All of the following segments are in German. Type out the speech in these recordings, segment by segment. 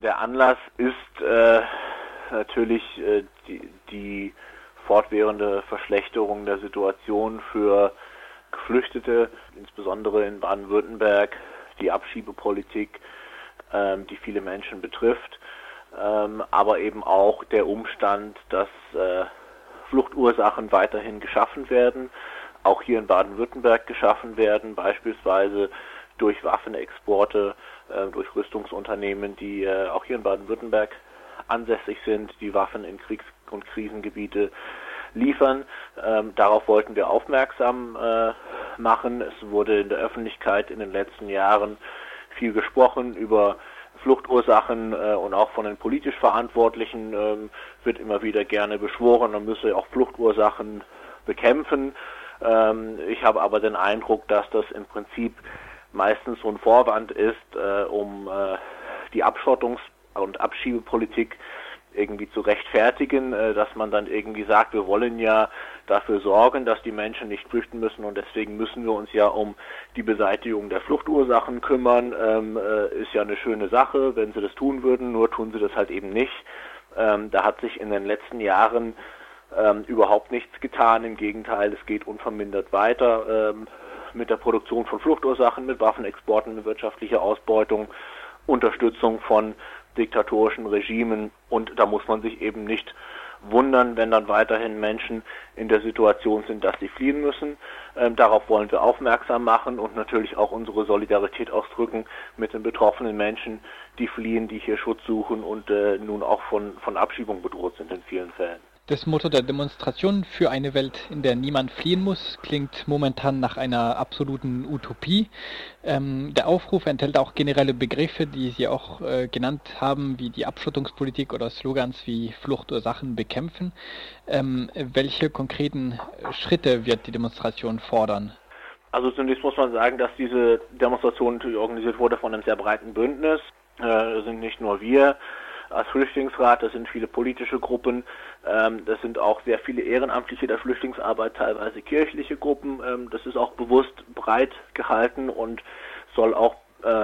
Der Anlass ist natürlich die fortwährende Verschlechterung der Situation für Geflüchtete, insbesondere in Baden-Württemberg, die Abschiebepolitik, die viele Menschen betrifft, aber eben auch der Umstand, dass Fluchtursachen weiterhin geschaffen werden, auch hier in Baden-Württemberg geschaffen werden, beispielsweise durch Waffenexporte, durch Rüstungsunternehmen, die auch hier in Baden-Württemberg ansässig sind, die Waffen in Kriegs- und Krisengebiete liefern. Darauf wollten wir aufmerksam machen. Es wurde in der Öffentlichkeit in den letzten Jahren viel gesprochen über Fluchtursachen und auch von den politisch Verantwortlichen wird immer wieder gerne beschworen, man müsse auch Fluchtursachen bekämpfen. Ich habe aber den Eindruck, dass das im Prinzip meistens so ein Vorwand ist, um die Abschottungs- und Abschiebepolitik irgendwie zu rechtfertigen, dass man dann irgendwie sagt, wir wollen ja dafür sorgen, dass die Menschen nicht flüchten müssen und deswegen müssen wir uns ja um die Beseitigung der Fluchtursachen kümmern. Ist ja eine schöne Sache, wenn sie das tun würden, nur tun sie das halt eben nicht. Da hat sich in den letzten Jahren überhaupt nichts getan, im Gegenteil, es geht unvermindert weiter mit der Produktion von Fluchtursachen, mit Waffenexporten, mit wirtschaftlicher Ausbeutung, Unterstützung von diktatorischen Regimen und da muss man sich eben nicht wundern, wenn dann weiterhin Menschen in der Situation sind, dass sie fliehen müssen. Darauf wollen wir aufmerksam machen und natürlich auch unsere Solidarität ausdrücken mit den betroffenen Menschen, die fliehen, die hier Schutz suchen und nun auch von Abschiebung bedroht sind in vielen Fällen. Das Motto der Demonstration für eine Welt, in der niemand fliehen muss, klingt momentan nach einer absoluten Utopie. Der Aufruf enthält auch generelle Begriffe, die Sie auch genannt haben, wie die Abschottungspolitik oder Slogans wie Fluchtursachen bekämpfen. Welche konkreten Schritte wird die Demonstration fordern? Also zunächst muss man sagen, dass diese Demonstration natürlich organisiert wurde von einem sehr breiten Bündnis. Das sind nicht nur wir als Flüchtlingsrat, das sind viele politische Gruppen, das sind auch sehr viele Ehrenamtliche der Flüchtlingsarbeit, teilweise kirchliche Gruppen. Das ist auch bewusst breit gehalten und soll auch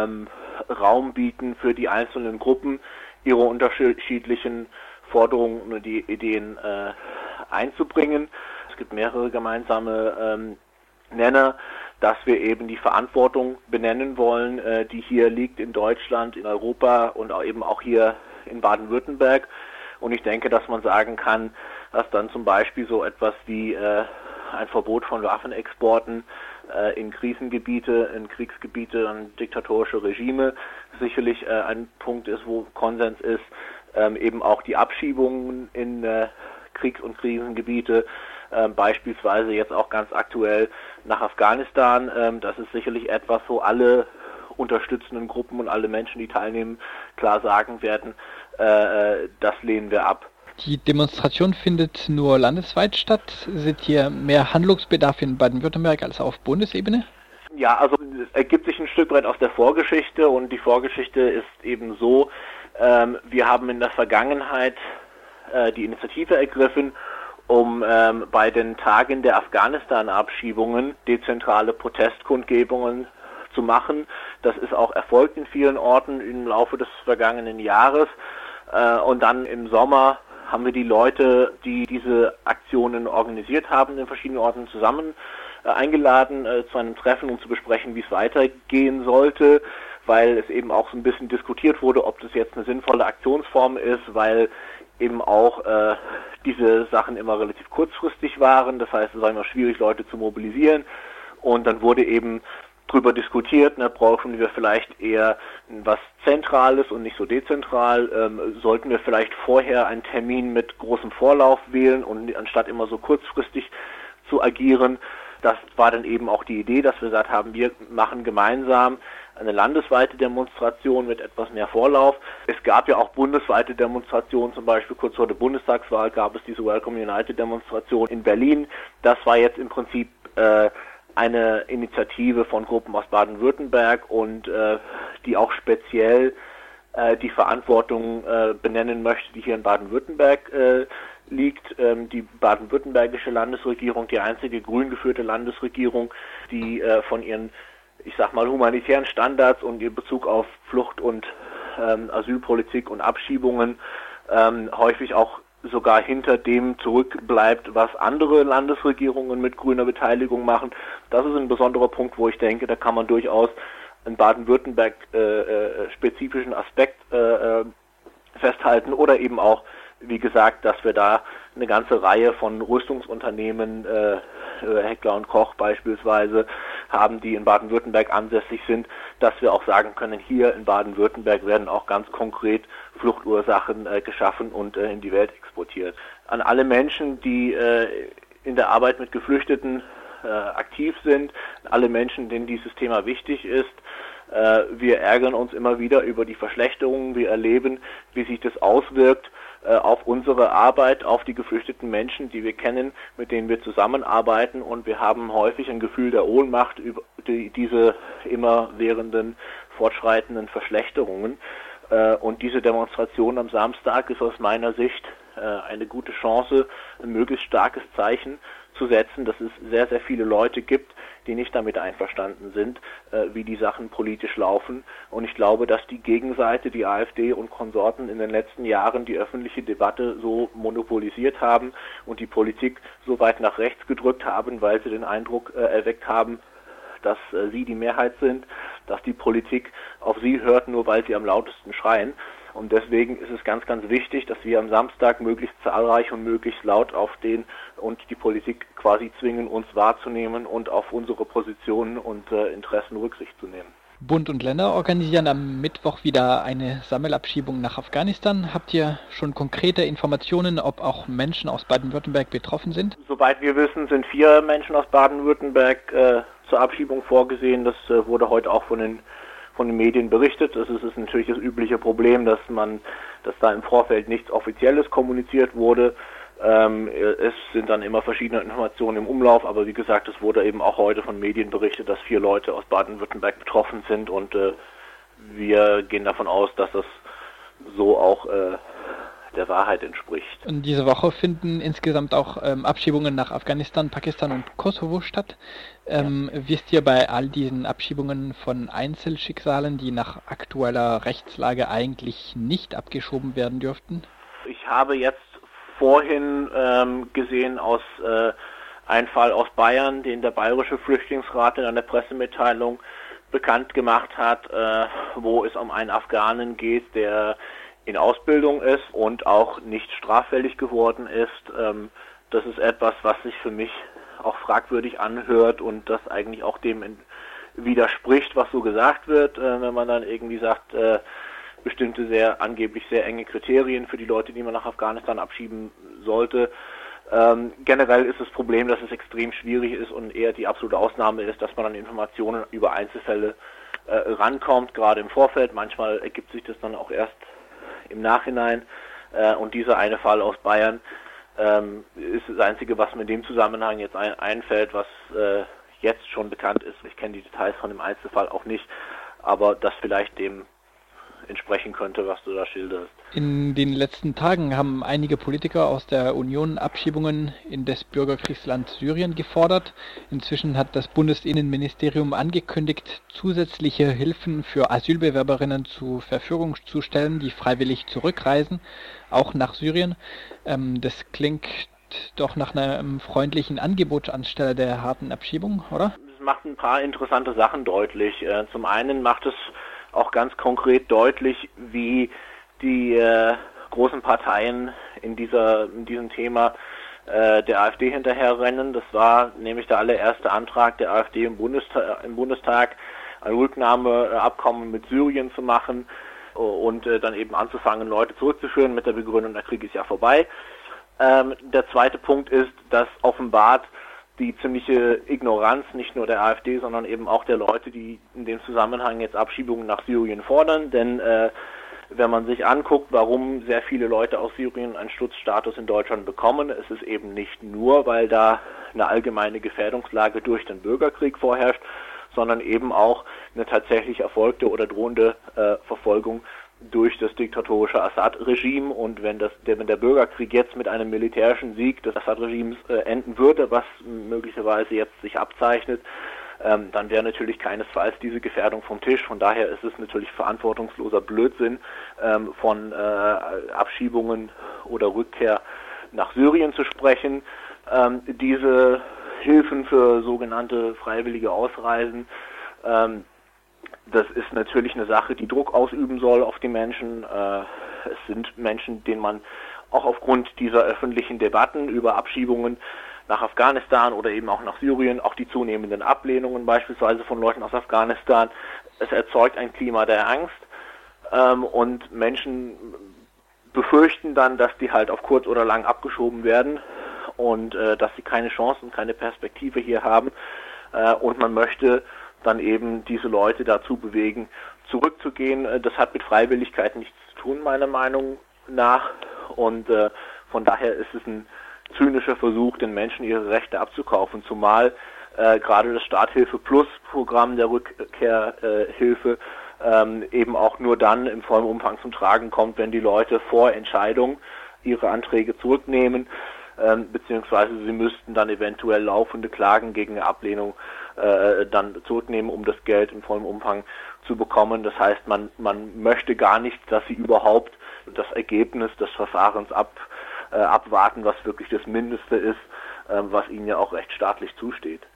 Raum bieten für die einzelnen Gruppen, ihre unterschiedlichen Forderungen und die Ideen einzubringen. Es gibt mehrere gemeinsame Nenner, dass wir eben die Verantwortung benennen wollen, die hier liegt in Deutschland, in Europa und auch eben auch hier in Baden-Württemberg. Und ich denke, dass man sagen kann, dass dann zum Beispiel so etwas wie ein Verbot von Waffenexporten in Krisengebiete, in Kriegsgebiete, an diktatorische Regime sicherlich ein Punkt ist, wo Konsens ist, eben auch die Abschiebungen in Kriegs- und Krisengebiete, beispielsweise jetzt auch ganz aktuell nach Afghanistan. Das ist sicherlich etwas, wo alle unterstützenden Gruppen und alle Menschen, die teilnehmen, klar sagen werden, das lehnen wir ab. Die Demonstration findet nur landesweit statt. Seht hier mehr Handlungsbedarf in Baden-Württemberg als auf Bundesebene? Ja, also es ergibt sich ein Stück weit aus der Vorgeschichte und die Vorgeschichte ist eben so, wir haben in der Vergangenheit die Initiative ergriffen, um bei den Tagen der Afghanistan-Abschiebungen dezentrale Protestkundgebungen zu machen. Das ist auch erfolgt in vielen Orten im Laufe des vergangenen Jahres. Und dann im Sommer haben wir die Leute, die diese Aktionen organisiert haben, in verschiedenen Orten zusammen eingeladen zu einem Treffen, um zu besprechen, wie es weitergehen sollte, weil es eben auch so ein bisschen diskutiert wurde, ob das jetzt eine sinnvolle Aktionsform ist, weil eben auch diese Sachen immer relativ kurzfristig waren. Das heißt, es war immer schwierig, Leute zu mobilisieren. Und dann wurde eben drüber diskutiert, brauchen wir vielleicht eher was Zentrales und nicht so dezentral, sollten wir vielleicht vorher einen Termin mit großem Vorlauf wählen und anstatt immer so kurzfristig zu agieren. Das war dann eben auch die Idee, dass wir gesagt haben, wir machen gemeinsam eine landesweite Demonstration mit etwas mehr Vorlauf. Es gab ja auch bundesweite Demonstrationen, zum Beispiel kurz vor der Bundestagswahl gab es diese Welcome United Demonstration in Berlin. Das war jetzt im Prinzip eine Initiative von Gruppen aus Baden-Württemberg und die auch speziell die Verantwortung benennen möchte, die hier in Baden-Württemberg liegt. Die baden-württembergische Landesregierung, die einzige grün geführte Landesregierung, die von ihren, ich sag mal, humanitären Standards und ihr Bezug auf Flucht und Asylpolitik und Abschiebungen häufig auch sogar hinter dem zurückbleibt, was andere Landesregierungen mit grüner Beteiligung machen. Das ist ein besonderer Punkt, wo ich denke, da kann man durchaus einen Baden-Württemberg spezifischen Aspekt festhalten oder eben auch, wie gesagt, dass wir da eine ganze Reihe von Rüstungsunternehmen, Heckler und Koch beispielsweise, haben, die in Baden-Württemberg ansässig sind, dass wir auch sagen können, hier in Baden-Württemberg werden auch ganz konkret Fluchtursachen geschaffen und in die Welt exportiert. An alle Menschen, die in der Arbeit mit Geflüchteten aktiv sind, alle Menschen, denen dieses Thema wichtig ist, wir ärgern uns immer wieder über die Verschlechterungen, wir erleben, wie sich das auswirkt auf unsere Arbeit, auf die geflüchteten Menschen, die wir kennen, mit denen wir zusammenarbeiten, und wir haben häufig ein Gefühl der Ohnmacht über diese immerwährenden, fortschreitenden Verschlechterungen. Und diese Demonstration am Samstag ist aus meiner Sicht eine gute Chance, ein möglichst starkes Zeichen zu setzen, dass es sehr, sehr viele Leute gibt, die nicht damit einverstanden sind, wie die Sachen politisch laufen. Und ich glaube, dass die Gegenseite, die AfD und Konsorten, in den letzten Jahren die öffentliche Debatte so monopolisiert haben und die Politik so weit nach rechts gedrückt haben, weil sie den Eindruck erweckt haben, dass sie die Mehrheit sind, dass die Politik auf sie hört, nur weil sie am lautesten schreien. Und deswegen ist es ganz, ganz wichtig, dass wir am Samstag möglichst zahlreich und möglichst laut aufstehen und die Politik quasi zwingen, uns wahrzunehmen und auf unsere Positionen und Interessen Rücksicht zu nehmen. Bund und Länder organisieren am Mittwoch wieder eine Sammelabschiebung nach Afghanistan. Habt ihr schon konkrete Informationen, ob auch Menschen aus Baden-Württemberg betroffen sind? Soweit wir wissen, sind 4 Menschen aus Baden-Württemberg zur Abschiebung vorgesehen. Das wurde heute auch von den Medien berichtet. Es ist natürlich das übliche Problem, dass da im Vorfeld nichts Offizielles kommuniziert wurde. Es sind dann immer verschiedene Informationen im Umlauf, aber wie gesagt, es wurde eben auch heute von Medien berichtet, dass 4 Leute aus Baden-Württemberg betroffen sind, und wir gehen davon aus, dass das so auch der Wahrheit entspricht. Und diese Woche finden insgesamt auch Abschiebungen nach Afghanistan, Pakistan und Kosovo statt. Wisst ihr bei all diesen Abschiebungen von Einzelschicksalen, die nach aktueller Rechtslage eigentlich nicht abgeschoben werden dürften? Ich habe jetzt vorhin gesehen aus einen Fall aus Bayern, den der Bayerische Flüchtlingsrat in einer Pressemitteilung bekannt gemacht hat, wo es um einen Afghanen geht, der in Ausbildung ist und auch nicht straffällig geworden ist. Das ist etwas, was sich für mich auch fragwürdig anhört und das eigentlich auch dem widerspricht, was so gesagt wird, wenn man dann irgendwie sagt, bestimmte angeblich sehr enge Kriterien für die Leute, die man nach Afghanistan abschieben sollte. Generell ist das Problem, dass es extrem schwierig ist und eher die absolute Ausnahme ist, dass man an Informationen über Einzelfälle rankommt, gerade im Vorfeld. Manchmal ergibt sich das dann auch erst im Nachhinein. Und dieser eine Fall aus Bayern ist das Einzige, was mir in dem Zusammenhang jetzt einfällt, was jetzt schon bekannt ist. Ich kenne die Details von dem Einzelfall auch nicht, aber das vielleicht dem entsprechen könnte, was du da schilderst. In den letzten Tagen haben einige Politiker aus der Union Abschiebungen in das Bürgerkriegsland Syrien gefordert. Inzwischen hat das Bundesinnenministerium angekündigt, zusätzliche Hilfen für Asylbewerberinnen zur Verfügung zu stellen, die freiwillig zurückreisen, auch nach Syrien. Das klingt doch nach einem freundlichen Angebot anstelle der harten Abschiebung, oder? Es macht ein paar interessante Sachen deutlich. Zum einen macht es auch ganz konkret deutlich, wie die großen Parteien in diesem Thema der AfD hinterherrennen. Das war nämlich der allererste Antrag der AfD im Bundestag, ein Rücknahmeabkommen mit Syrien zu machen und dann eben anzufangen, Leute zurückzuführen mit der Begründung, der Krieg ist ja vorbei. Der zweite Punkt ist, dass offenbart die ziemliche Ignoranz nicht nur der AfD, sondern eben auch der Leute, die in dem Zusammenhang jetzt Abschiebungen nach Syrien fordern. Denn wenn man sich anguckt, warum sehr viele Leute aus Syrien einen Schutzstatus in Deutschland bekommen, ist es eben nicht nur, weil da eine allgemeine Gefährdungslage durch den Bürgerkrieg vorherrscht, sondern eben auch eine tatsächlich erfolgte oder drohende Verfolgung durch das diktatorische Assad-Regime. Und wenn der Bürgerkrieg jetzt mit einem militärischen Sieg des Assad-Regimes enden würde, was möglicherweise jetzt sich abzeichnet, dann wäre natürlich keinesfalls diese Gefährdung vom Tisch. Von daher ist es natürlich verantwortungsloser Blödsinn, von Abschiebungen oder Rückkehr nach Syrien zu sprechen. Diese Hilfen für sogenannte freiwillige Ausreisen, das ist natürlich eine Sache, die Druck ausüben soll auf die Menschen. Es sind Menschen, denen man auch aufgrund dieser öffentlichen Debatten über Abschiebungen nach Afghanistan oder eben auch nach Syrien, auch die zunehmenden Ablehnungen beispielsweise von Leuten aus Afghanistan, es erzeugt ein Klima der Angst, und Menschen befürchten dann, dass die halt auf kurz oder lang abgeschoben werden und dass sie keine Chancen, keine Perspektive hier haben, und man möchte dann eben diese Leute dazu bewegen, zurückzugehen. Das hat mit Freiwilligkeit nichts zu tun, meiner Meinung nach, und von daher ist es ein zynischer Versuch, den Menschen ihre Rechte abzukaufen, zumal gerade das Starthilfe Plus Programm der Rückkehrhilfe eben auch nur dann im vollen Umfang zum Tragen kommt, wenn die Leute vor Entscheidung ihre Anträge zurücknehmen, beziehungsweise sie müssten dann eventuell laufende Klagen gegen eine Ablehnung dann zurücknehmen, um das Geld im vollen Umfang zu bekommen. Das heißt, man möchte gar nicht, dass sie überhaupt das Ergebnis des Verfahrens abwarten, was wirklich das Mindeste ist, was ihnen ja auch rechtsstaatlich zusteht.